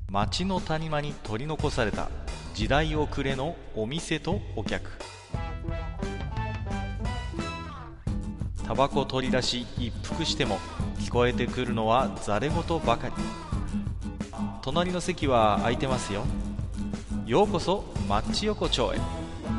町の谷間に取り残された時代遅れのお店とお客。タバコ取り出し一服しても聞こえてくるのはざれ言ばかり。隣の席は空いてますよ。ようこそマッチ横丁へ。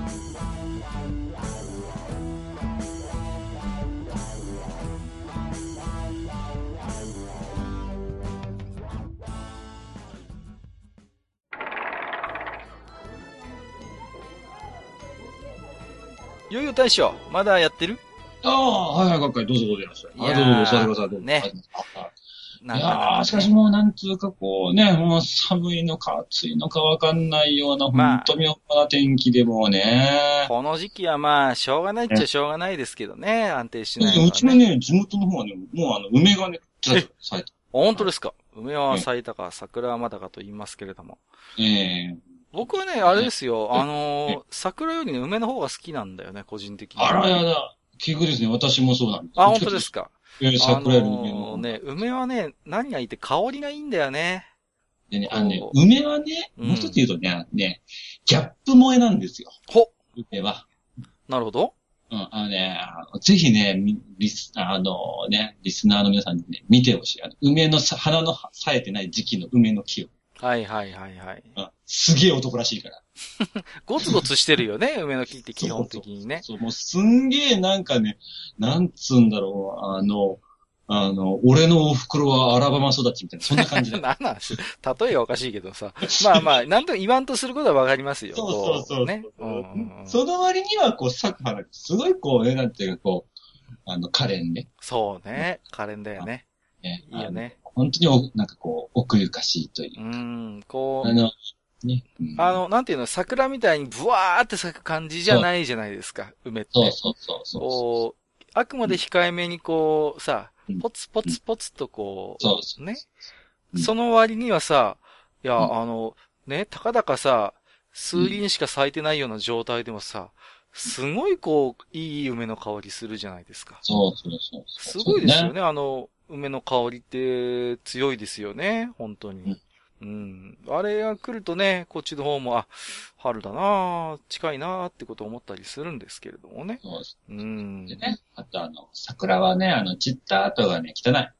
よいよ大将、まだやってる？ ああ、はいはい、どうぞどうぞいらっしゃい。 いやーどうぞどうぞ、座ってください。どうぞ。 ねいやー、しかしもうなんつうかこうね、もう寒いのか暑いのかわかんないような、 まあ本当妙な天気でもうね。 この時期はまあ、しょうがないっちゃしょうがないですけどね、安定しないのはね。 うちのね、地元の方はね、もう梅がね、咲いた。 本当ですか。梅は咲いたか、桜はまだかと言いますけれども。僕はね、あれですよ、桜よりね、梅の方が好きなんだよね、個人的に。 あらやだ。奇遇ですね。私もそうなんです。 あ、本当ですか。 桜より梅の方が。 ね、梅はね、何がいいって香りがいいんだよね。 でね、梅はね、もう一つ言うとね、ギャップ萌えなんですよ。梅は。 なるほど。 ぜひね、リスナーの皆さんにね、見てほしい。梅の花の咲いてない時期の梅の木を。 はいはいはいはい。 すげえ男らしいから。 ゴツゴツしてるよね、梅の木って基本的にね。 そう、もうすんげえなんかね、なんつうんだろう、俺のお袋はアラバマ育ちみたいな、そんな感じだ。 なんなん例えがおかしいけどさ。まあまあ、なんと言わんとすることはわかりますよ。 そう。 ね。 その割には、こう、咲く花、すごいこうね、なんていうか、こう、可憐ね。 そうね。可憐だよね。いいよね。 本当になんかこう、奥ゆかしいというか。 こう、ね。なんていうの、桜みたいにブワーって咲く感じじゃないじゃないですか、梅って。 そう。 こう、あくまで控えめにこう、さ、ポツポツポツとこう、ね。その割にはさ、いや、ね、たかだかさ、数輪しか咲いてないような状態でもさ、すごいこう、いい梅の香りするじゃないですか。 そう。 すごいですよね、梅の香りって強いですよね、本当に。あれが来るとね、こっちの方も、春だなぁ、近いなぁってことを思ったりするんですけれどもね。 そうです。でね、あと桜はね、散った後がね、汚い。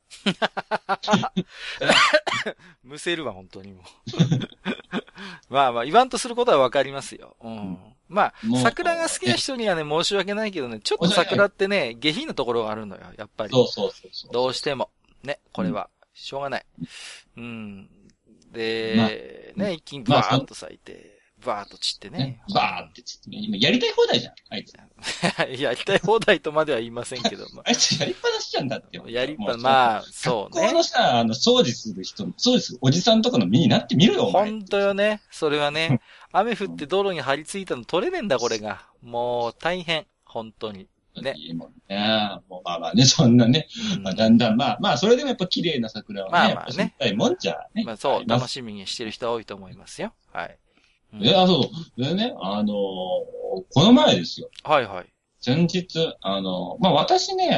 むせるわ、本当にもう。まあまあ、言わんとすることはわかりますよ。まあ、桜が好きな人にはね、申し訳ないけどね、ちょっと桜ってね、下品なところがあるのよ、やっぱり。 そう。 どうしても。ね、これは、しょうがない。で、ね、一気にバーッと咲いて、バーッと散ってね。 バーッて散ってね。今やりたい放題じゃん、あいつ。 やりたい放題とまでは言いませんけども。 あいつやりっぱなしじゃんだって。 まあ、そうね。 学校のさ、掃除するおじさんとかの身になってみるよ、お前。 ほんとよね。それはね。雨降って道路に張り付いたの取れねえんだ、これが。もう、大変。本当に。ね。 いいもんね。もうまあまあね、そんなね。だんだんまあ、それでもやっぱ綺麗な桜はね。まあね。やっぱもんじゃね。 まあそう、楽しみにしてる人は多いと思いますよ。はい。 そう。でね、この前ですよ。 はいはい。 前日、まあ私ね、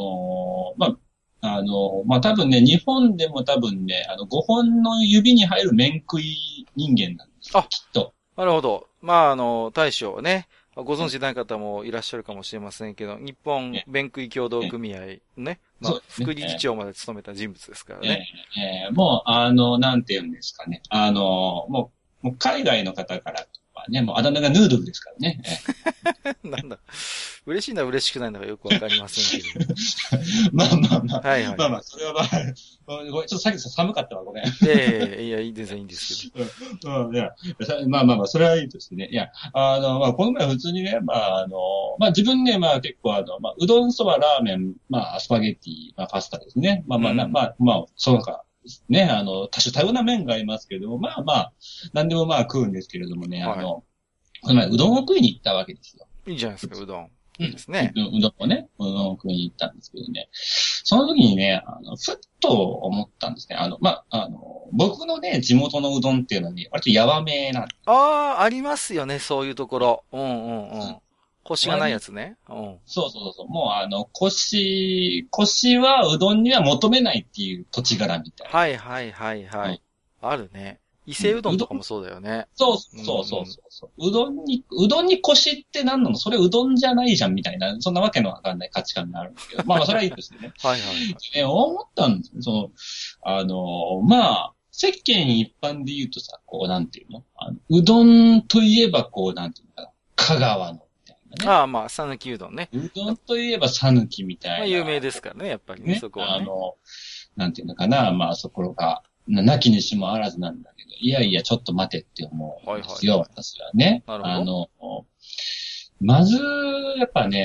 多分ね、日本でも多分ね、5本の指に入る面食い人間なんですよ。きっと。 なるほど。まあ大将ね、ご存知ない方もいらっしゃるかもしれませんけど、日本弁食い協同組合ね、まあ、副理事長まで務めた人物ですからね。 もう、なんて言うんですかね。もう海外の方からはね、もうあだ名がヌードルですからね。 なんだ。嬉しいのは嬉しくないのがよくわかりませんけど。 まあ。 はいはい。 まあ、それはまあ、ちょっとさっき寒かったわ、ごめん。 いや、いいですけど。いや、まあ、それはいいとしてね。いや、まあ、この前普通にね、まあ、自分ね、まあ結構まあ、うどん、そば、ラーメン、まあ、スパゲッティ、まあ、パスタですね。まあ、その他、ね、多種多様な麺がありますけれども、まあ、何でもまあ食うんですけれどもね、この前うどんを食いに行ったわけですよ。 いいじゃないですか、うどん。いいですね。 うどんを食いに行ったんですけどね。その時にね、ふっと思ったんですね。僕のね、地元のうどんっていうのはね、割とやわめなんです。 ありますよね、そういうところ。コシがないやつね。 そう。もうコシはうどんには求めないっていう土地柄みたいな。 はい。あるね。 伊勢うどんとかもそうだよね。 そうそうそうそう。うどんにコシって何なの？それうどんじゃないじゃんみたいな、そんなわけのわかんない価値観になるんですけど。まあそれはいいとしてね。 はいはい、はい。 思ったんですよ。まあ、世間一般で言うとさ、こう、なんていうの？うどんといえばこう、なんていうのかな。香川の、みたいなね。 ああ、まあ、さぬきうどんね。 うどんといえばさぬきみたまあ、 いな。 有名ですからね、やっぱりね、 ね。 そこはね。 なんていうのかな。まあ、そこが、なきにしもあらずなんだけど、いやいや、ちょっと待てって思うんですよ、 はいはい。 私はね。 なるほど。 まず、やっぱね、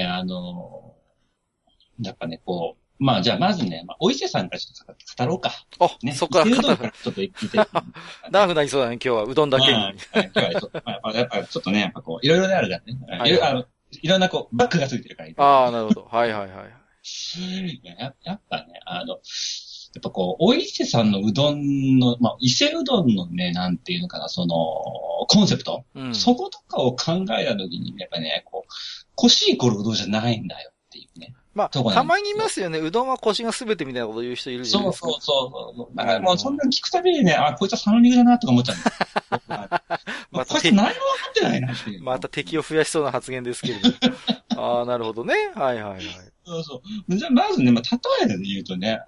やっぱね、こう、まあ、じゃあまずね、まあ、お伊勢さんからちょっと語ろうか。 あ、 ね。 そこから伊勢うどんからちょっと言っていい長くなりそうだね、今日は。うどんだけに。 まあ、今日はちょっと、まあ、やっぱちょっとね、やっぱこう、いろいろであるからね。 はいはい。 いろんなこう、バックがついてるから、 ああ、なるほど。はいはいはい。 やっぱね、やっぱこう、お伊勢さんのうどんの、まあ、伊勢うどんのね、なんていうのかな、その、コンセプト、 うん。 そことかを考えたときに、やっぱね、こう、欲しい頃うどんじゃないんだよっていうね、 まあ、 とこなたまにいんですよ。 ますよね。うどんは腰が全てみたいなこと言う人いるじゃないですか。 そうそうそうそう。だからもうそんうんうん。 なの聞くたびにね、あ、こいつは佐野肉だなとか思っちゃうんですよ。僕はまたこいつ何も分かってないなっていう。 また敵を増やしそうな発言ですけれども。ああ、なるほどね。はいはいはい。 そうそう。じゃあ、まずね、まあ、例えで言うとね、 うん。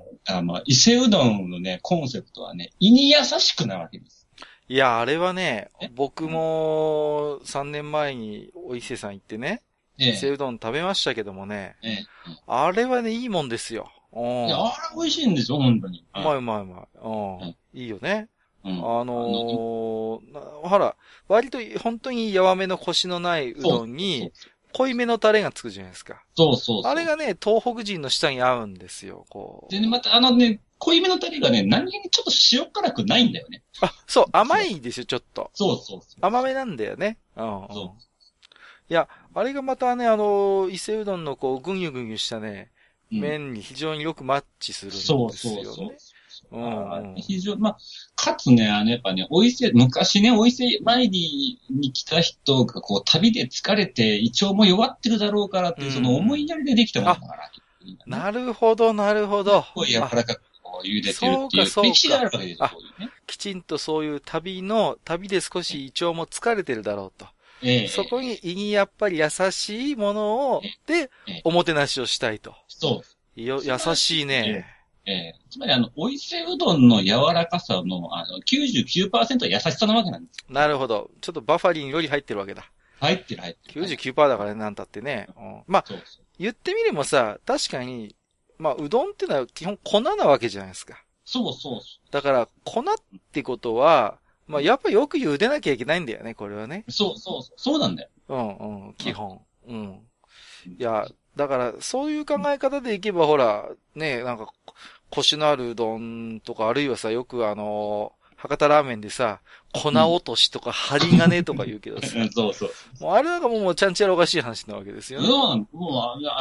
まあ、伊勢うどんのね、コンセプトはね、胃に優しくなわけです。 いや、あれはね、 ね。 僕も3年前にお伊勢さん行ってね、伊勢ええ、 うどん食べましたけどもね、 ええ。 あれはね、いいもんですよ。ういや、 ん。 あれ美味しいんですよ、本当に。 うまいうまいうまい。うん。 うん。 いいよね。 うん。 ほら、割と本当に柔めのコシのないうそうどんに、 そうそう。 濃いめのタレがつくじゃないですか。 そうそうそう。 あれがね、東北人の舌に合うんですよ、 でね、 こう。 また濃いめのタレがね、何気にちょっと塩辛くないんだよね。 あ、そう、甘実は。 いですよ、ちょっと。 そうそうそう。 甘めなんだよね。うんうん。 そいや、あれがまたね、伊勢うどんのこう、ぐにゅぐにゅしたね、 う。うん。 麺に非常によくマッチするんそうですそうそう。 よね。うんうん。 非常に、まあ、かつね、やっぱね、昔ね、お伊勢参りに来た人が、こう、旅で疲れて、胃腸も弱ってるだろうからっうんうていう、その思いん。 やりでできたものあ、 だから、ね。 なるほど、なるほど。 すごい柔あ、 らかくこう茹でてるっそうか、 ていう、歴史があそうか。 るわけですよ、 あ、 そういうね。 きちんとそういう旅で少し胃腸も疲れてるだろうと。 ええ、 そこにえ胃にやっぱり優しいものを、 え、 で、 ええ、 おもてなしをしたいと。 そう。 優つましいね。 り、つまりお伊勢うどんの柔らかさの、99%は優しさなわけなんですよ、基本。 なるほど。ちょっとバファリンより入ってるわけだ。 入ってる、入ってる。 99%だからね、なんたってね。うん、まあ、 そうそう。 言ってみればさ、確かに、まあ、うどんってのは基本粉なわけじゃないですか。 そうそうだから、粉ってことは、まあ、やっぱよく茹でなきゃいけないんだよね、これはね。 そうそうそう。そうなんだよ。 うんうん、基本。うん。 うん。 いや、だから、そういう考え方でいけば、ほら、ね、なんか、コシのあるうどんとか、あるいはさ、よく博多ラーメンでさ、粉うん。 落としとか針金とか言うけどさ、 そうそう。 もうあれなんかもうちゃんちゃらおかしい話なわけですよね。 そうなんもう、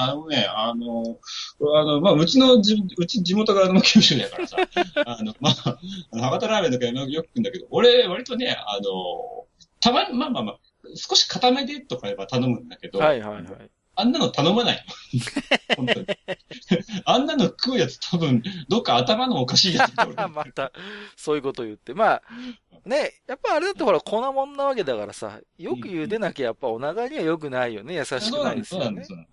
まあ、うち地元が九州だからさ、まあ、博多ラーメンとかよく食うんだけど、俺、割とね、たまに、まあまあまあ、少し固めでとか言えば頼むんだけど、 はいはいはい。 あんなの頼まない。本当に。あんなの食うやつ多分、どっか頭のおかしいやつだと思う。 また、そういうこと言って。まあ、ね、やっぱあれだってほら粉もんなわけだからさ、よく茹うん。 でなきゃやっぱお腹には良くないよね。優しくないでそうなんです、 すよね。 そうなんです。 うん。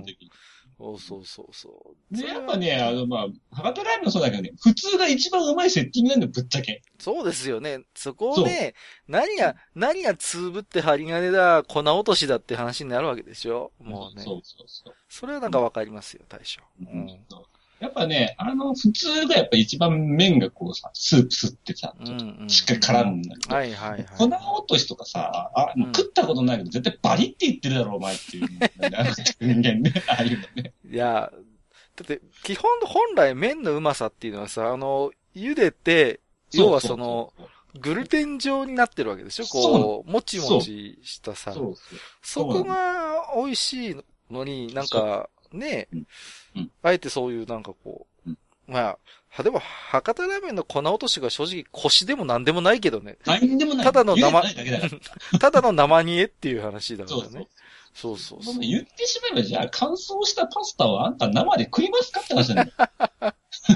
基本的に。 そうそうそうそう。 で、 それは、 やっぱね、まあ、博多ラーメンもそうだけどね、普通が一番うまいセッティングなんだよ、ぶっちゃけ。 そうですよね。そこをそう。 ね、何がつぶって針金だ、粉落としだって話になるわけでしょ。もうね。 そうそうそう。 それはなんかわかりますよ、大将。 うん、 うん。 そう。やっぱね、普通がやっぱ一番麺がこうさ、スープ吸ってさ、 うんうちょっとしっかりん絡むんだけうん。はど、 いはいはい。 粉落としとかさ、 うん。 食ったことないけど、絶対バリって言ってるだろ、お前っていう、人間ね、ああいうのね。 いや、だって、本来麺のうまさっていうのはさ、茹でて、要はそうそうそうその、グルテン状になってるわけでしょそう。 こう、もちもそう。 ちしたさ。 そうそう。 そこそうなんだ。 が美味しいのに、なんそう。 か、ね、 うん。うん。 あえてそういうなんかこうん。 う、まあ、でも、博多ラーメンの粉落としが正直腰でも何でもないけどね。 何でもない。 ただの生、 茹でてないだけだから。 ただの生煮えっていう話だかそうそう。 らね。そうそうそのそう。 言ってしまえば、じゃあ、乾燥したパスタをあんた生で食いますかって話なんだよ。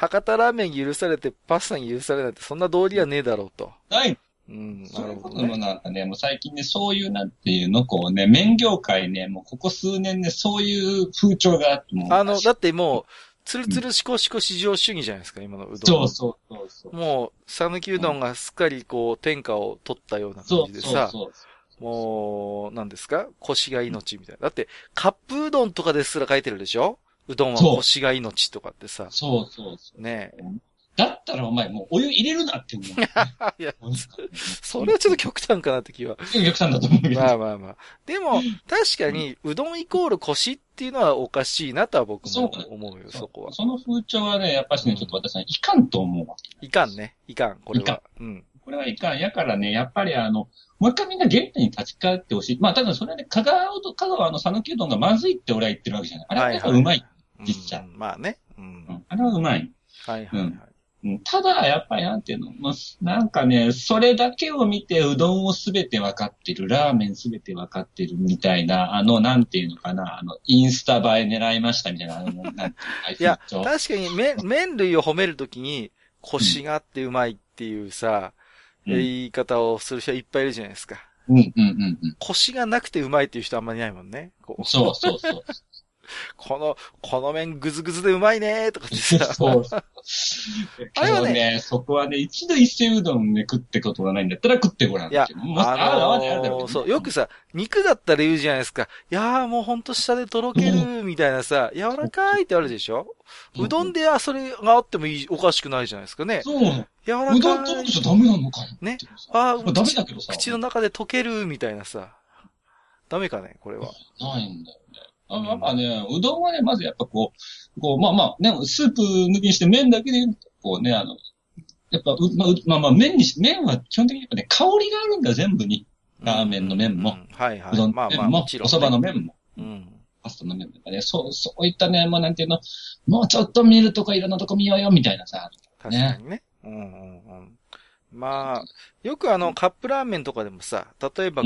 博多ラーメンに許されてパスタに許されないってそんな道理はねえだろうと。 ない。 うん、 なるほどね。そういうこともなんかね、もう最近ね、そういうなんていうの、こうね、麺業界ね、もうここ数年ね、そういう風潮があって、もう。 だってもう、つるつるしこしこ市場主義じゃないですか、今のうどん。 そうそうそうそう。 もう、讃岐うどんがすっかりこう、天下を取ったような感じでさ、もう、何ですか腰が命みたいな。だって、カップうどんとかですら書いてるでしょうどんは腰が命とかってさ。 そうそうそう。 ねえ。 だったらお前もうお湯入れるなって思う。 いや、それはちょっと極端かなって気は。 極端だと思うけど。 まあまあまあ。でも、確かに、うどんイコール腰っていうのはおかしいなとは僕も思うよ、そこは。 その風潮はね、やっぱしね、ちょっと私はいかんと思うわけ。 いかんね。いかん、これは。 うん。これはいかん。やからね、やっぱりもう一回みんな原点に立ち返ってほしい。まあ、ただそれで香川の讃岐うどんがまずいって俺は言ってるわけじゃない。あれはやっぱうまい。実際。 まあね。うん。 あれはうまい。 はいはいはい。 ただ、やっぱりなんていうの、なんかね、それだけを見てうどんをすべて分かってる、ラーメンすべて分かってるみたいな、なんていうのかな、インスタ映え狙いましたみたいな、なんていういや、確かに麺類を褒めるときに、コシがあってうまいっていうさ、言い方をする人はいっぱいいるじゃないですか。コシがなくてうまいっていう人あんまりいないもんね。 そうそうそう。 この麺ぐずぐずでうまいねーとかってさ。そう。 あれはね、そこはね、一度伊勢うどんね、食ってことがないんだったら食ってごらん。いや、 そう、よくさ、肉だったら言うじゃないですか。いやーもうほんと下でとろける、みたいなさ、柔らかいってあるでしょうどんでそれがあってもおかしくないじゃないですかね。 そう。柔らかい。うどんとろけちゃダメなのかね。 ダメだけどさ。 口の中で溶ける、みたいなさ。ダメかね、これは。 ないんだよ。やっぱね、うどんはね、まずやっぱまあまあ、ね、スープ抜きにして麺だけで言うと、こうね、やっぱ、まあ麺は基本的にやっぱね、香りがあるんだよ、全部に。ラーメンの麺も。 はいはい。 うどんの麺も、お蕎麦の麺も。パスタの麺もね、そういったね、もうなんていうの、もうちょっと見るとかいろんなとこ見ようよ、みたいなさ。 確かにね。まあ、よくカップラーメンとかでもさ、例えば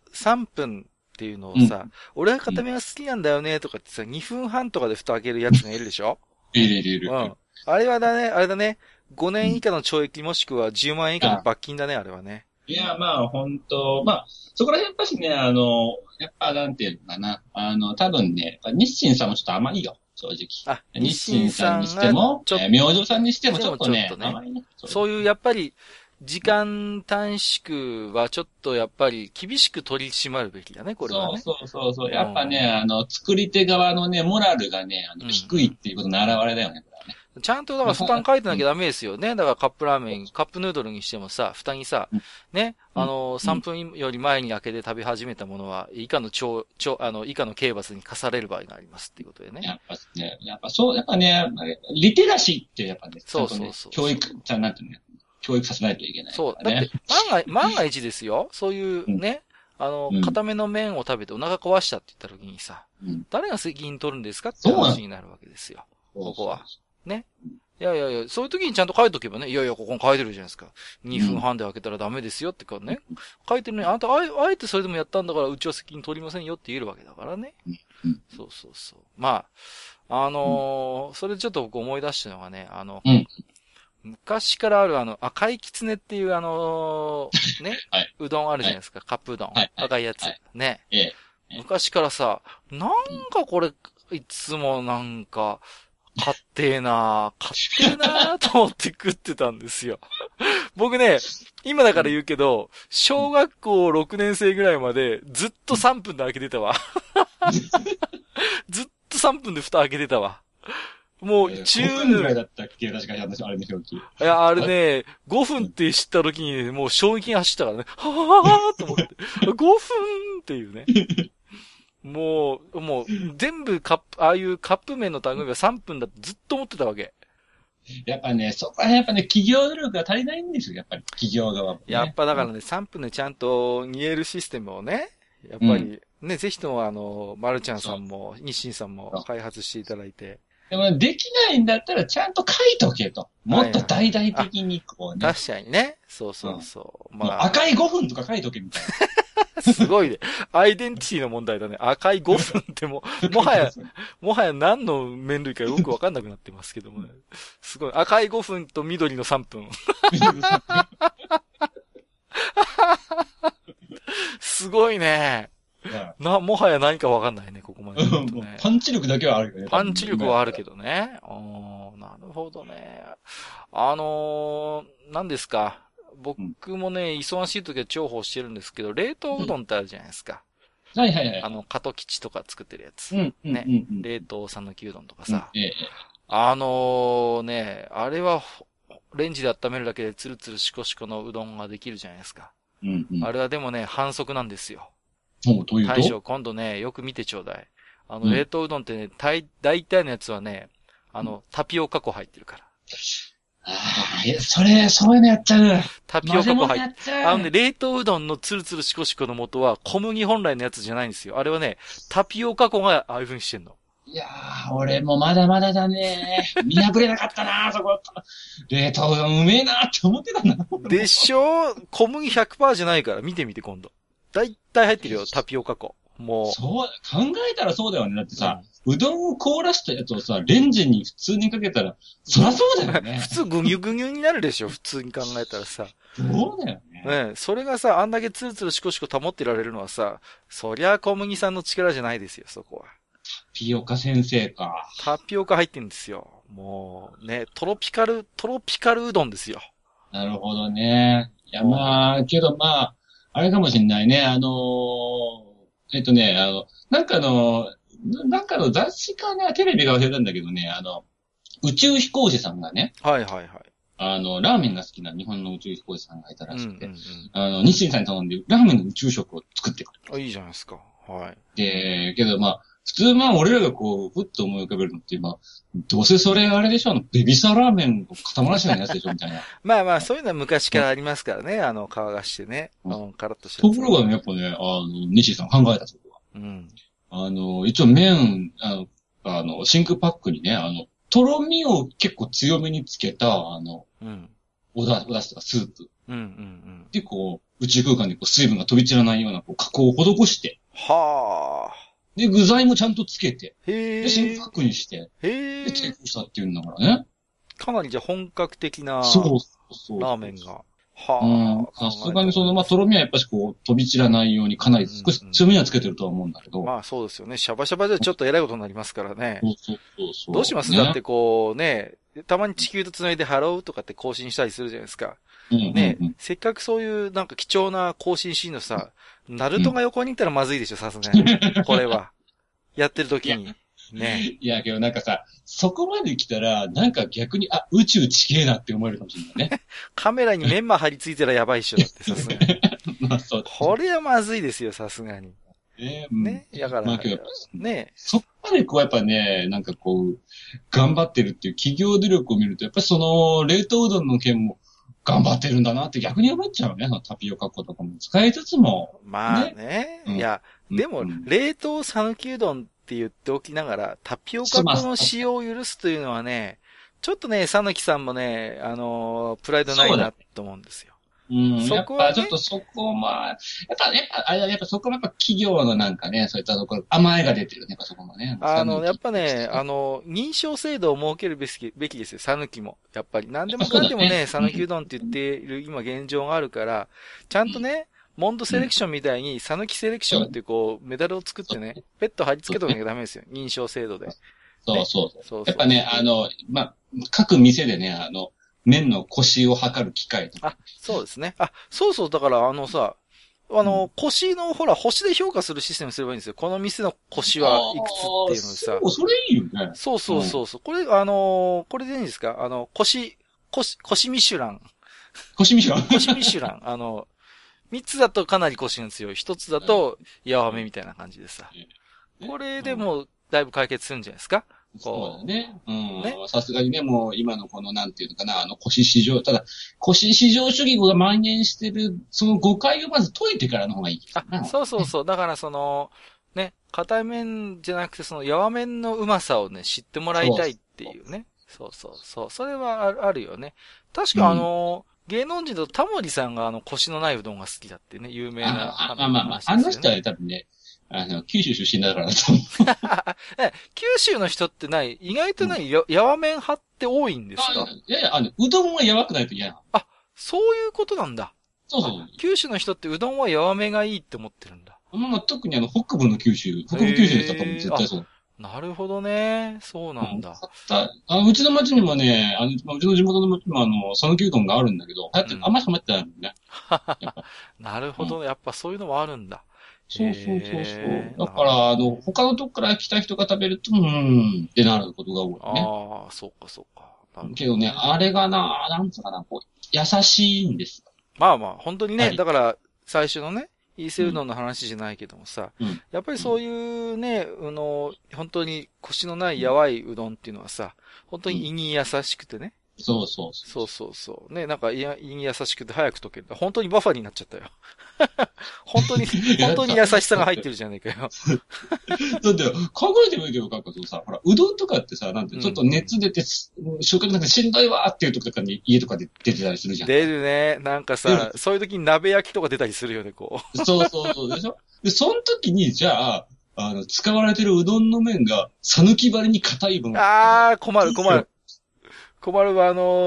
3分っていうのをさ、俺は固めが好きなんだよねとかってさ、2分半とかで蓋開けるやつがいるでしょいる。 あれだね。5年以下の懲役もしくは10万円以下の罰金だね、あれはね。 いや、まあ、本当まあ、そこら辺やっぱしね、やっぱなんていうのかな。多分ね、日清さんもちょっと甘いよ、正直。日清さんにしても、明星さんにしてもちょっとね、甘いね。 そういうやっぱり、時間短縮はちょっとやっぱり厳しく取り締まるべきだね、これはね。 そう。やっぱね、作り手側のね、モラルがね、低いっていうことの表れだよね、これはね。 ちゃんとだから負担書いてなきゃダメですよね。だからカップラーメン、カップヌードルにしてもさ、蓋にさ、ね、3分より前に開けて食べ始めたものは、以下の刑罰に課される場合がありますっていうことでね。 やっぱね、リテラシーってやっぱね、 そう。 教育、なんていうの教育させないといけない、ね。 そう。だって、万が一ですよ。そういうね、固めの麺を食べてお腹壊したって言った時にさ、誰が責任取るんですかって話になるわけですよ。ここは。ね。いや、そういう時にちゃんと書いとけばね、いや、ここに書いてるじゃないですか。2分半で開けたらダメですよってかね。書いてるのに、あなた、あえてそれでもやったんだから、うちは責任取りませんよって言えるわけだからね。そう。まあ、それでちょっと僕思い出したのがね、昔からある赤いきつねっていうね、うどんあるじゃないですか、カップうどん。赤いやつ。ね。昔からさ、なんかこれ、いつもなんか、買ってえなーと思って食ってたんですよ。僕ね、今だから言うけど、小学校6年生ぐらいまでずっと3分で開けてたわ。ずっと3分で蓋開けてたわ。もう、 5分ぐらいだったっけ確かに私、あれの表記。いや、あれね、5分って知った時に、もう衝撃が走ったからね、はぁーと思って。5分っていうね。もう、全部ああいうカップ麺の類は3分だってずっと思ってたわけ。 やっぱね、そこはやっぱね、企業努力が足りないんですよ、やっぱり。企業側も、ね。 やっぱだからね、3分でちゃんと煮えるシステムをね、やっぱり、ね、ぜひともマルちゃんさんも、日清さんも開発していただいて。 でもできないんだったらちゃんと書いとけと。もっと大々的にこうね。 確かにね。そうそうそう。 まあ。赤い5分とか書いとけみたいな。すごいね。アイデンティティの問題だね。赤い5分ってもはや何の麺類かよくわかんなくなってますけどもね。すごい。赤い5分と緑の3分。すごいね。もはや何かわかんないね、ここまで、 ね。パンチ力だけはあるよね。 パンチ力はあるけどね。なるほどね。何ですか。僕もね、忙しい時は重宝してるんですけど、冷凍うどんってあるじゃないですか。 はいはいはい。 加藤吉とか作ってるやつ。 ね。 冷凍讃岐うどんとかさ。あれは、レンジで温めるだけでツルツルシコシコのうどんができるじゃないですか。あれはでもね、反則なんですよ。大将、今度ね、よく見てちょうだい。冷凍うどんってね、大体のやつはね、タピオカ粉入ってるから。 そういうのやっちゃう。 タピオカ粉入ってる。冷凍うどんのツルツルシコシコの元は小麦本来のやつじゃないんですよ。あれはね、タピオカ粉がああいう風にしてんの。 いやー、俺もまだまだだね。見破れなかったな、そこ。冷凍うどんうめえなって思ってたんだ。 でしょ？小麦 100% じゃないから見てみて今度。だいたい入ってるよ、タピオカ粉。もう。 そう、考えたらそうだよね。だってさ、うどんを凍らしたやつをさ、レンジに普通にかけたら、そらそうだよね。 普通ぐにゅぐにゅになるでしょ、普通に考えたらさ。 そうだよね。 ね、それがさ、あんだけツルツルシコシコ保ってられるのはさ、そりゃ小麦さんの力じゃないですよ、そこは。 タピオカ先生か。 タピオカ入ってんですよ。もう、ね、トロピカルうどんですよ。 なるほどね。いや、まあ、けどまあ、あれかもしんないね。なんかの雑誌かな、テレビが忘れたんだけどね、宇宙飛行士さんがね。 はいはいはい。 ラーメンが好きな日本の宇宙飛行士さんがいたらしくて、日清さんに頼んでラーメンの宇宙食を作ってくれる。いいじゃないですか。はい。 で、けどまあ、普通まあ俺らがこう、ふっと思い浮かべるのってまあ、どうせそれあれでしょ、ベビサラーメンを塊しないやつでしょ、みたいな。 まあまあ、そういうのは昔からありますからね、乾かしてね。カラッとして。 ところがね、やっぱね、日清さん考えたそこは。一応麺、真空パックにね、とろみを結構強めにつけた、お出汁とかスープ。で、こう、宇宙空間でこう水分が飛び散らないようなこう加工を施して。 はあ。 で、具材もちゃんとつけて。 で、 真空パックにして。で、提供したっていうんだからね。 かなりじゃ本格的な、ラーメンが。 はあ。さすがにとろみはやっぱしこう、飛び散らないようにかなり少し強めにはつけてるとは思うんだけど。 まあそうですよね。シャバシャバでちょっと偉いことになりますからね。 そう。 どうします？だってこうね、たまに地球と繋いでハローとかって更新したりするじゃないですか。ね、せっかくそういうなんか貴重な更新シーンのさ、ナルトが横にいたらまずいでしょ、さすがに。これは。やってる時に。ね。 いや、けどなんかさ、そこまで来たら、なんか逆に、宇宙ちげえなって思えるかもしれないね。 カメラにメンマ張り付いてたらやばいっしょ、だってさすがに。 まあそう。 これはまずいですよ、さすがに。ね。だから、 まあ、 ね。 そこまでこうやっぱね、なんかこう、頑張ってるっていう企業努力を見ると、やっぱりその、冷凍うどんの件も頑張ってるんだなって逆に思っちゃうね。タピオカ粉とかも使いつつも。 まあね。いや、でも、冷凍讃岐うどんって言っておきながら、タピオカ粉の使用を許すというのはね、ちょっとね、讃岐さんもね、プライドないなと思うんですよ。 そこは、ね、やっぱちょっとそこ、まあ、やっぱそこもやっぱ企業のなんかね、そういったところ、甘えが出てるね、そこもね。 やっぱね、認証制度を設けるべきですよ、讃岐も。やっぱり、何でもかんでもね、讃岐うどんって言っている今現状があるから、ちゃんとね、モンドセレクションみたいに、讃岐セレクションってこう、メダルを作ってね、ペット貼り付けとかなきゃダメですよ、認証制度で。 そう。やっぱね、まあ、各店でね、麺のコシを測る機械とか。 そうですね。そう、だからコシのほら、星で評価するシステムすればいいんですよ。この店のコシはいくつっていうのでさ。 それいいよね。 そう。これ、これでいいんですか？コシミシュラン。 コシミシュランコシミシュラン。3つだとかなりコシなんですよ。1つだと、やわめみたいな感じでさ。これでもう、だいぶ解決するんじゃないですか？ そうだね。さすがにね、もう今のこのなんていうのかな、腰市場、ただ、腰市場主義が蔓延してる、その誤解をまず解いてからの方がいい。 そう。だからね、 硬麺じゃなくてその柔わ麺のうまさをね、知ってもらいたいっていうね。そうそうそう。それはあるよね。確か芸能人だとタモリさんがコシのないうどんが好きだってね、有名なまあ、あの人は多分ね、九州出身だからだと思う。 九州の人って意外と柔わ麺派って多いんですか？ いやいや、うどんは柔らくないと嫌なの。 あ、そういうことなんだ。 そうそう。 九州の人ってうどんは柔わめがいいって思ってるんだ。 まあ、特に北部九州の人は多分絶対そう。 なるほどね。そうなんだ。 うちの町にもね、うちの地元の町にも讃岐うどんがあるんだけど、あんまりハマってないもんね。 なるほど。やっぱそういうのもあるんだ。 そうそうそうそう。だから、他のとこから来た人が食べると、ってなることが多いね。 ああ、そうかそうか。 けどね、あれがなんつうかな、優しいんです。 まあまあ、本当にね、だから、最初のね、伊勢うどんの話じゃないけどもさ、やっぱりそういうね、本当に腰のないやわいうどんっていうのはさ、本当に胃に優しくてね。 そうそうそうそうそう。ね、なんか胃に優しくて早く溶ける。本当にバファリーになっちゃったよ。本当に優しさが入ってるじゃねえかよ。 だって、考えてみるけど、さ、ほら、うどんとかってさ、ちょっと熱出て、収穫なんかしんどいわーっていう時とかに家とかで出てたりするじゃん。 出るね。なんかさ、そういう時に鍋焼きとか出たりするよね、こう。そうそうそうでしょ。で、その時に、じゃあ、使われてるうどんの麺が、讃岐張りに硬い分。 あー、困る。困るは、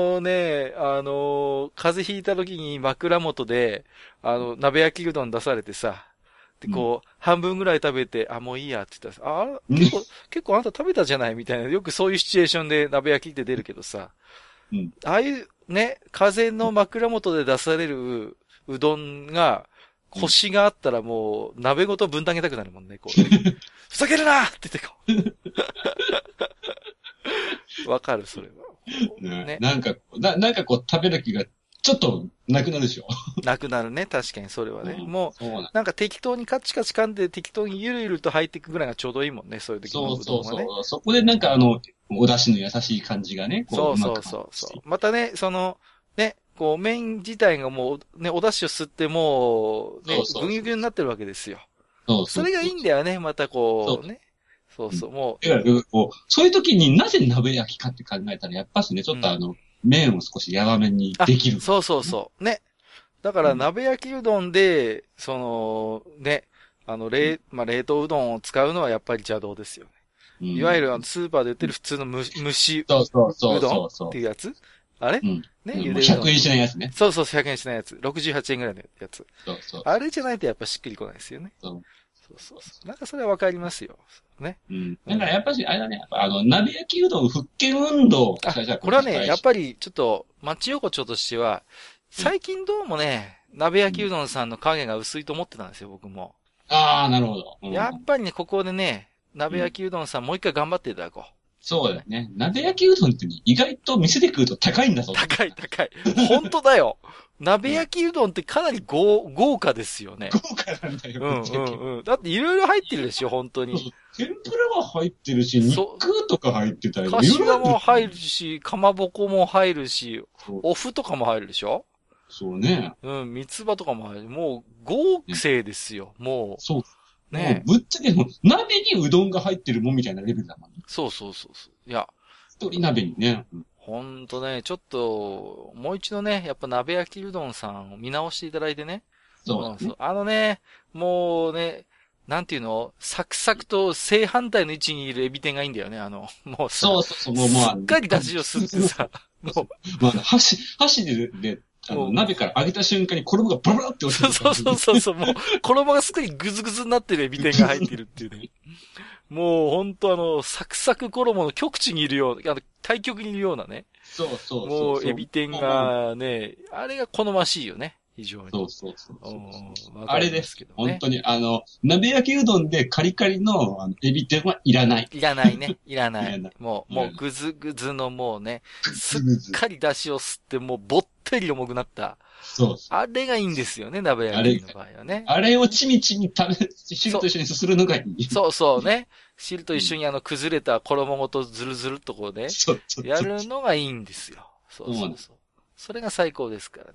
風邪ひいた時に枕元で、鍋焼きうどん出されてさ、で、半分ぐらい食べて、もういいやって言ったら、結構あんた食べたじゃないみたいな、よくそういうシチュエーションで鍋焼きって出るけどさ、ああいうね、風の枕元で出されるうどんが、コシがあったらもう、鍋ごとぶん投げたくなるもんね、ふざけるなって言ってわかる、それは。 ね。なんか食べる気がちょっとなくなるでしょ。 なくなるね、確かにそれはね。もう、なんか適当にカチカチ噛んで適当にゆるゆると入っていくぐらいがちょうどいいもんね、そういう時のうどんはね。 そう。そこでお出汁の優しい感じがね、 そう。またね、麺自体がもう、ね、お出汁を吸ってもう、ね、ぐにゅぐにゅになってるわけですよ。それがいいんだよね、またね。そう、もう。 そういう時になぜ鍋焼きかって考えたら、やっぱしね、ちょっと麺を少し柔らめにできる。 そう。ね。だから鍋焼きうどんで、ね、冷凍うどんを使うのはやっぱり邪道ですよね。いわゆるスーパーで売ってる普通の蒸しうどんっていうやつあれね、 100円しないやつね。 そう、100円しないやつ。68円ぐらいのやつ。あれじゃないとやっぱしっくりこないですよね。そう。なんかそれはわかりますよ。ね。 だからやっぱし、あれだね、鍋焼きうどん復権運動。 これはね、やっぱりちょっと、町横丁としては、最近どうもね、鍋焼きうどんさんの影が薄いと思ってたんですよ、僕も。 ああ、なるほど。 やっぱりね、ここでね、鍋焼きうどんさんもう一回頑張っていただこう。 そうだよね。鍋焼きうどんって意外と店で食うと高いんだぞ。 高い。本当だよ。鍋焼きうどんってかなり豪華ですよね。 豪華なんだよ。だっていろいろ入ってるでしょ、本当に。 天ぷらは入ってるし、肉とか入ってたり。 かしわも入るし、かまぼこも入るし、お麩とかも入るでしょ。 そうね。 三つ葉とかも入る。もう、豪勢ですよ、もう。 そう。ねぶっちゃけ、鍋にうどんが入ってるもんみたいなレベルだもんね。 そう。いや。 一人鍋にね。 ほんとね、ちょっと、もう一度ね、やっぱ鍋焼きうどんさんを見直していただいてね。 そう。 もうね、なんていうのサクサクと正反対の位置にいるエビ天がいいんだよね、もうさ。 そう、もうすっかり出汁を吸ってさ、もう。 箸で、鍋から揚げた瞬間に衣がバラバラって落ちてる。 そう、もう、衣がすっかりグズグズになってるエビ天が入ってるっていうね。もうほんとサクサク衣の極地にいるような、対極にいるようなね。 そう。 もうエビ天がね、あれが好ましいよね。非常に。 そう。あれですけど、ね。本当に、鍋焼きうどんでカリカリの、エビ天はいらない。 いらないね。いらない。もう、ぐずぐずのもうね、すっかり出汁を吸って、もう、ぼったり重くなった。 そう。 あれがいいんですよね、鍋焼きの場合はね。 あれをちみちみ汁と一緒にすするのがいい。 そうね。汁と一緒に崩れた衣ごとズルズルっとね、やるのがいいんですよ。そう。それが最高ですからね。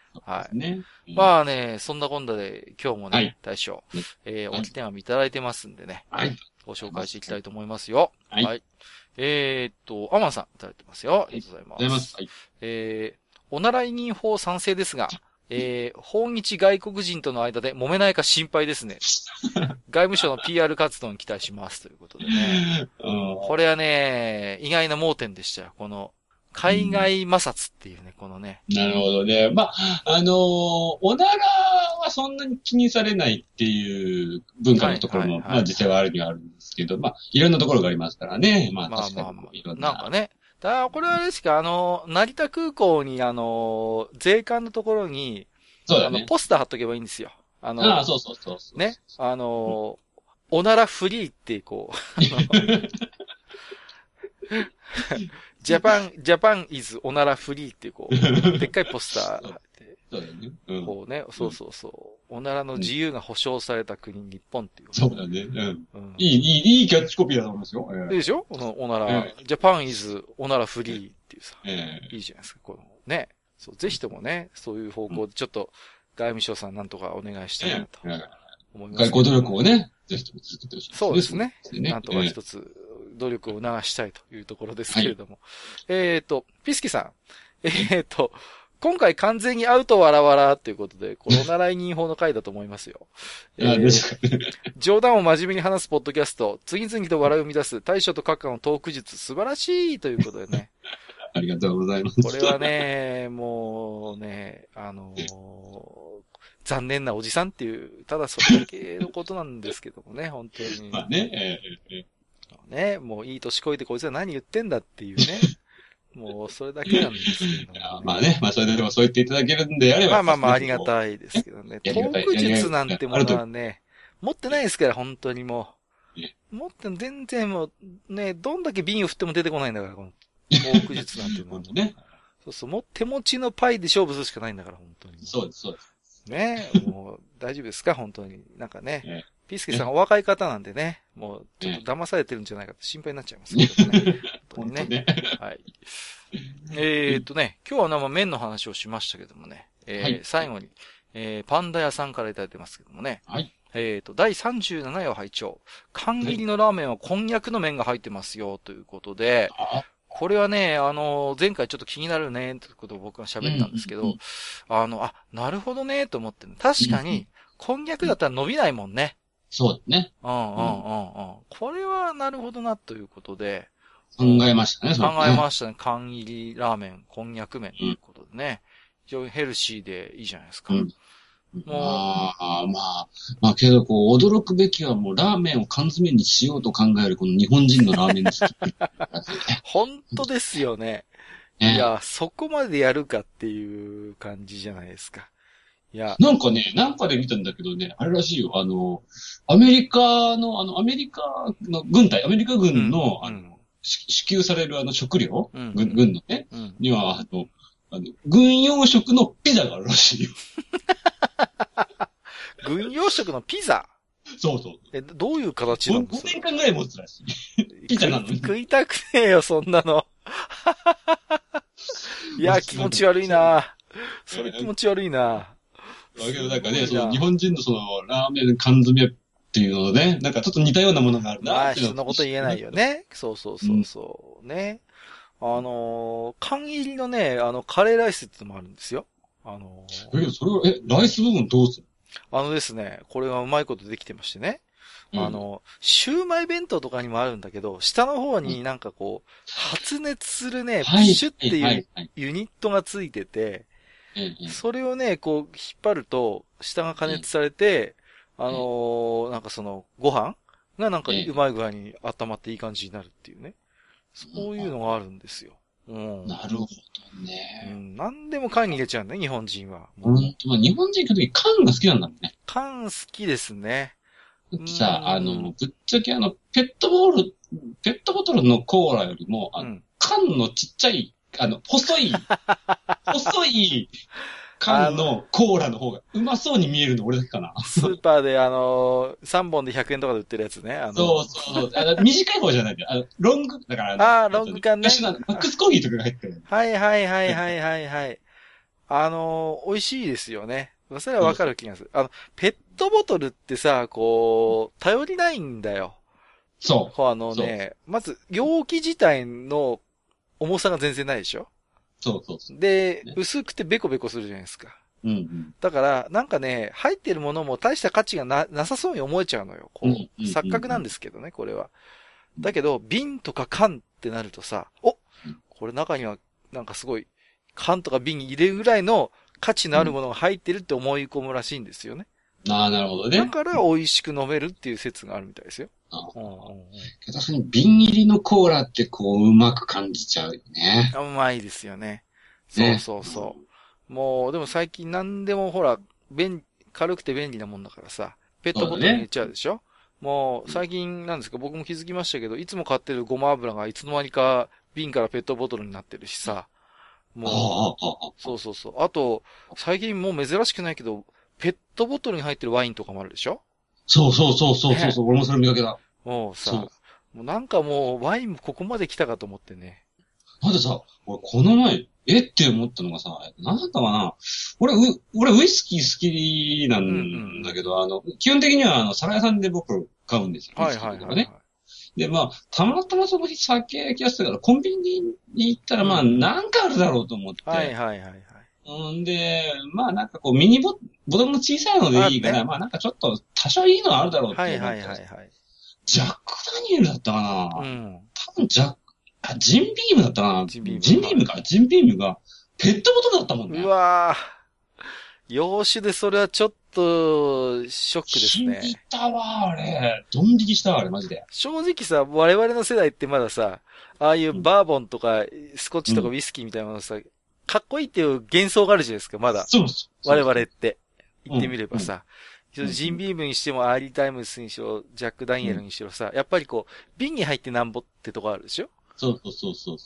はい。 ね。 まあね、そんなこんなで今日もね、 はい、 大将、お手紙いただいてますんでね。 はい。 ご紹介していきたいと思いますよ。 はい。はい。 アマンさんいただいてますよ。ありがとうございます。 はい。 お習い人法賛成ですが、訪日外国人との間で揉めないか心配ですね。外務省の PR 活動に期待しますということでね。これはね、意外な盲点でしたよ。この、海外摩擦っていうね、このね。 なるほどね。まあ、おならはそんなに気にされないっていう文化のところも、まあ実際はあるにはあるんですけど、まあ、いろんなところがありますからね。まあ確かにいろんな。 なんかね。これはあれですか、成田空港に税関のところに、 そうだね。 ポスター貼っとけばいいんですよ。 そうそうそうそう。 ね。おならフリーってこう、ジャパンイズおならフリーっていうこう、でっかいポスター貼って、 そうだね。うん、 こうね、そうそうそう。おならの自由が保障された国、日本っていう。 そうだね。うん。いいキャッチコピーだと思いますよ。 いいでしょこのおなら、ジャパンイズおならフリーっていうさ。いいじゃないですか。このね。そう、ぜひともね、そういう方向でちょっと、外務省さんなんとかお願いしたいなと思います、 外交努力をね、ぜひとも続けてほしいですね。 そうですね。なんとか一つ努力を促したいというところですけれども。ピスケさん。今回完全にアウトわらわらということで、この習い人法の回だと思いますよ。冗談を真面目に話すポッドキャスト、次々と笑いを生み出す対処と閣下のトーク術、素晴らしいということでね。 ありがとうございます。 これはね、もうね、残念なおじさんっていう、ただそれだけのことなんですけどもね、本当に。 まあね、 ね、もういい年こいてこいつは何言ってんだっていうね。もうそれだけなんですけど、ね。 まあね、まあそれでもそう言っていただけるんであれば。 まあありがたいですけどね。トーク術なんてものはね、持ってないですから、本当にもう。持って全然もう、ね、どんだけ瓶を振っても出てこないんだから、このトーク術なんていうのは。 ね。 そうそう、もう手持ちのパイで勝負するしかないんだから、本当に。 そうです、そうです。 ね、もう大丈夫ですか本当に。なんかね。ピースケさんお若い方なんでね、もうちょっと騙されてるんじゃないかって心配になっちゃいますけどね。本当にね。はい。今日は麺の話をしましたけどもね。最後に、パンダ屋さんからいただいてますけどもね。 はい。 第37夜を拝聴。缶切りのラーメンはこんにゃくの麺が入ってますよ、ということで。これはね、前回ちょっと気になるね、ということを僕が喋ったんですけど、なるほどね、と思って、確かに、こんにゃくだったら伸びないもんね。 そうだね。 これはなるほどな、ということで。 考えましたね、 考えましたね。缶入りラーメン、こんにゃく麺ということでね。非常にヘルシーでいいじゃないですか。 まあ、けど、驚くべきはもう、ラーメンを缶詰にしようと考える、この日本人のラーメン好き。 本当ですよね。いや、そこまでやるかっていう感じじゃないですか。いや。 なんかで見たんだけどね、あれらしいよ。アメリカのアメリカ軍の、支給される食料、軍のね、には、軍用食のピザがあるらしいよ。 軍用食のピザそうそう。 どういう形なんですか ?5 年間ぐらい持つらしい。ピザなのに。 食いたくねえよ、そんなの。いや、気持ち悪いな。それ気持ち悪いな。 だけどなんかね、その日本人のそのラーメン缶詰っていうのでね、なんかちょっと似たようなものがあるなっていうの。 そんなこと言えないよね。そうね。缶入りのね、カレーライスってのもあるんですよ。 それは、ライス部分どうするですね、これがうまいことできてましてね。シューマイ弁当とかにもあるんだけど、下の方になんかこう、発熱するね、プッシュっていうユニットがついてて、それをね、こう、引っ張ると、下が加熱されて、なんかその、ご飯がなんかうまい具合に温まっていい感じになるっていうね。そういうのがあるんですよ。 なるほどね。 何でも缶に入れちゃうんだね、日本人は。 日本人行くとき缶が好きなんだもんね。 缶好きですね。 さ、ぶっちゃけペットボトルのコーラよりも、缶のちっちゃい、細い缶のコーラの方がうまそうに見えるの俺だけかな。 スーパーで3本で100円とかで売ってるやつね。 そう。短い方じゃないんだよ。ロング、だからロング缶ね。 マックスコーヒーとかが入ってる。 はい。 美味しいですよね。それはわかる気がする。ペットボトルってさ、こう、頼りないんだよ。 そう。 まず、容器自体の重さが全然ないでしょ。 そう。 で、 ね、 薄くてベコベコするじゃないですか。 うんうん。 だから、なんかね、入ってるものも大した価値がなさそうに思えちゃうのよ。こう、錯覚なんですけどね、これは。だけど、瓶とか缶ってなるとさ、これ中にはなんかすごい、缶とか瓶に入れるぐらいの価値のあるものが入ってるって思い込むらしいんですよね。 ああ、なるほどね。 だから美味しく飲めるっていう説があるみたいですよ。 確かに瓶入りのコーラってこう、うまく感じちゃうよね。 うまいですよね。そう。もう、でも最近何でもほら、軽くて便利なもんだからさ、ペットボトルに入れちゃうでしょ。もう、最近なんですか、僕も気づきましたけど、いつも買ってるごま油がいつの間にか瓶からペットボトルになってるしさ、もう、そう。あと、最近もう珍しくないけど、ペットボトルに入ってるワインとかもあるでしょ。 そう、俺もそれ見かけた。 もうさ、もうなんかもうワインもここまで来たかと思ってね。 なんでさ、俺この前、って思ったのがさ、なんだったかな。俺ウイスキー好きなんだけど、基本的には酒屋さんで僕買うんですよ。 はい。 で、たまたまその日酒気がしたから、コンビニに行ったら、なんかあるだろうと思って。 はい。 で、なんかこう、ミニボトルの小さいのでいいから、なんかちょっと多少いいのあるだろうって思って。はい。ジャックダニエルだったかな。多分ジンビームだったかな。ジンビームが、ペットボトルだったもんね。 うわぁ。洋酒でそれはちょっと、ショックですね。 引いたわ、あれ。ドン引きしたわ、あれ、マジで。 正直さ、我々の世代ってまださ、ああいうバーボンとか、スコッチとかウイスキーみたいなものさ、かっこいいっていう幻想があるじゃないですか、まだ。 そう。 我々って。言ってみればさ。ジンビームにしても、アーリータイムスにしろ、ジャック・ダニエルにしろさ、やっぱりこう、瓶に入ってなんぼってとこあるでしょ。 そう。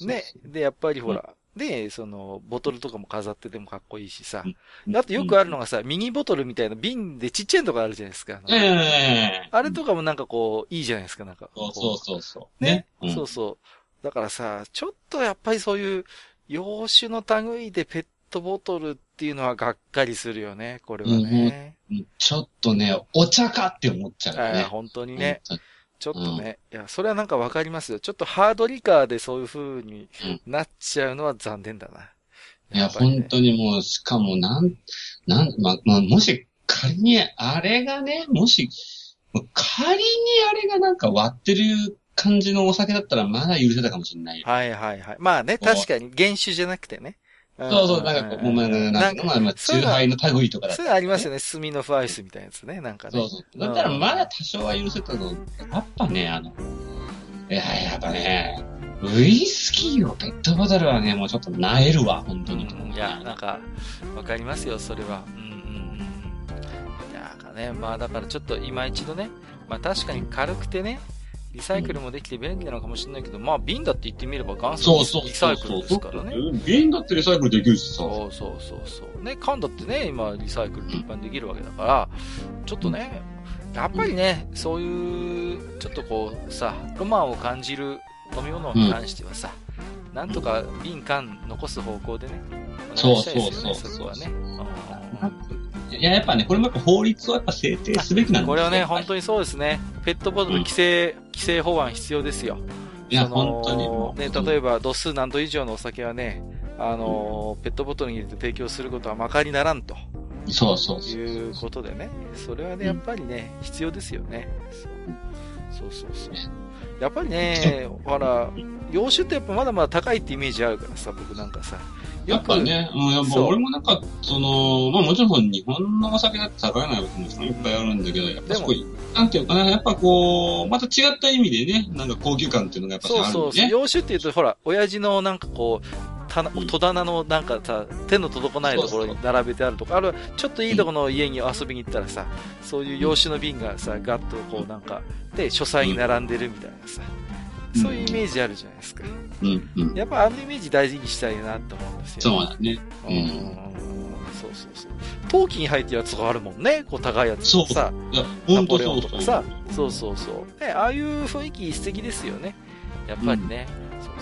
ね。で、やっぱりほら、で、ボトルとかも飾っててもかっこいいしさ。あとよくあるのがさ、ミニボトルみたいな瓶でちっちゃいのとかあるじゃないですか。あれとかもなんかこう、いいじゃないですか、なんか。 そう。 ね。そう。だからさ、ちょっとやっぱりそういう、洋酒の類でペットボトルっていうのはがっかりするよね、これはね。 ちょっとね、お茶かって思っちゃうね。 本当にね。ちょっとね、いや、それはなんかわかりますよ。ちょっとハードリカーでそういう風になっちゃうのは残念だな。 いや、本当にもう、しかももし仮にあれがね、仮にあれがなんか割ってる感じのお酒だったらまだ許せたかもしれないよ。 はい。まあね、確かに原酒じゃなくてね。 そう、なんかこう、なんかチューハイの類とかだったら、ね。 それありますよね。スミノフアイスみたいなやつね。なんかね。 そう。だったらまだ多少は許せたの。やっぱね、やっぱね、ウイスキーのペットボトルはね、もうちょっと萎えるわ、本当に。 いや、なんか、わかりますよ、それは。いや、だからちょっと今一度ね、確かに軽くてね、リサイクルもできて便利なのかもしれないけど、瓶だって言ってみれば元祖リサイクルですからね。 瓶だってリサイクルできるしさ。 そう。ね、缶だってね、今リサイクル一般できるわけだから、ちょっとね、やっぱりね、そういう、ちょっとこうさ、ロマンを感じる飲み物に関してはさ、なんとか瓶缶残す方向でね、 そう。 そこはね。 いや、やっぱね、これもやっぱ法律をやっぱ制定すべきなんですよ。 これはね、本当にそうですね。ペットボトル規制法案必要ですよ。 いや、本当に。ね、例えば度数何度以上のお酒はね、ペットボトルに入れて提供することはまかりならんと。 そう。 いうことでね。それはね、やっぱりね、必要ですよね。そう。やっぱりね、ほら、洋酒ってやっぱまだまだ高いってイメージあるからさ、僕なんかさ。 やっぱね、やっぱ俺もなんか、もちろん日本のお酒だって高いのはもちろんいっぱいあるんだけど、やっぱすごい、なんていうかな、やっぱこう、また違った意味でね、なんか高級感っていうのがやっぱあるんでね。 そう。洋酒って言うと、ほら、親父のなんかこう、戸棚のなんかさ、手の届かないところに並べてあるとか、あるいはちょっといいところの家に遊びに行ったらさ、そういう洋酒の瓶がさ、ガッとこうなんか、で、書斎に並んでるみたいなさ、そういうイメージあるじゃないですか。やっぱあのイメージ大事にしたいなって思うんですよ。 そうだね。 そう。陶器に入ってるやつがあるもんね。こう高いやつとかさ。ナポレオンとかさ。そう。ね、ああいう雰囲気素敵ですよね。やっぱりね。そう。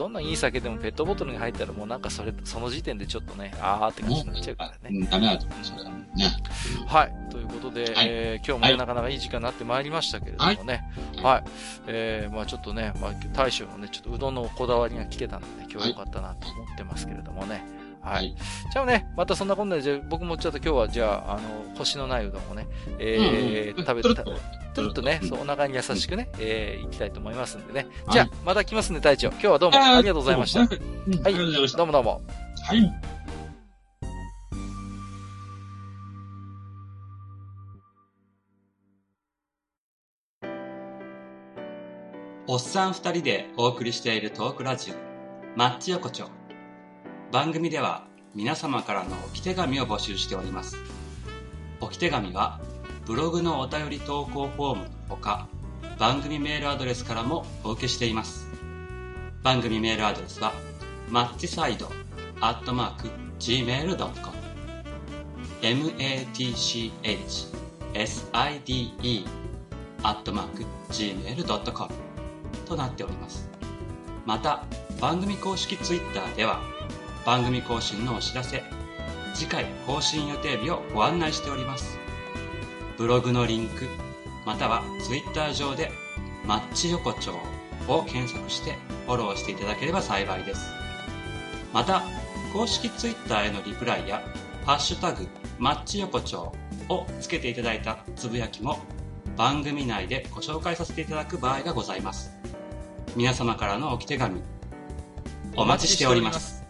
どんないい酒でもペットボトルに入ったらもうなんかその時点でちょっとね、あーって感じになっちゃうからね。 ダメだと思う、それはね。 はい。ということで、 はい今日もね、なかなかいい時間になってまいりましたけれどもね。はい。まあちょっとね、まあ大将のね、ちょっとうどんのこだわりが聞けたので、今日は良かったなと思ってますけれどもね。はい。じゃあね、またそんなこんなで、じゃあ僕もちょっと今日はじゃあ、星のないうどんをね、食べて、ちょっとね、そう、お腹に優しくね、いきたいと思いますんでね。じゃあ、また来ますね、隊長。今日はどうもありがとうございました。はい。どうもどうも。 はい。 おっさん二人でお送りしているトークラジオ、マッチ横丁。番組では皆様からの置き手紙を募集しております。置き手紙はブログのお便り投稿フォームのほか、番組メールアドレスからもお受けしています。番組メールアドレスはマッチサイド@gmail.com matchside@gmail.com となっております。また、番組公式ツイッターでは番組更新のお知らせ、次回更新予定日をご案内しております。ブログのリンク、またはツイッター上でマッチ横丁を検索してフォローしていただければ幸いです。また、公式ツイッターへのリプライやハッシュタグマッチ横丁をつけていただいたつぶやきも番組内でご紹介させていただく場合がございます。皆様からの置き手紙お待ちしております。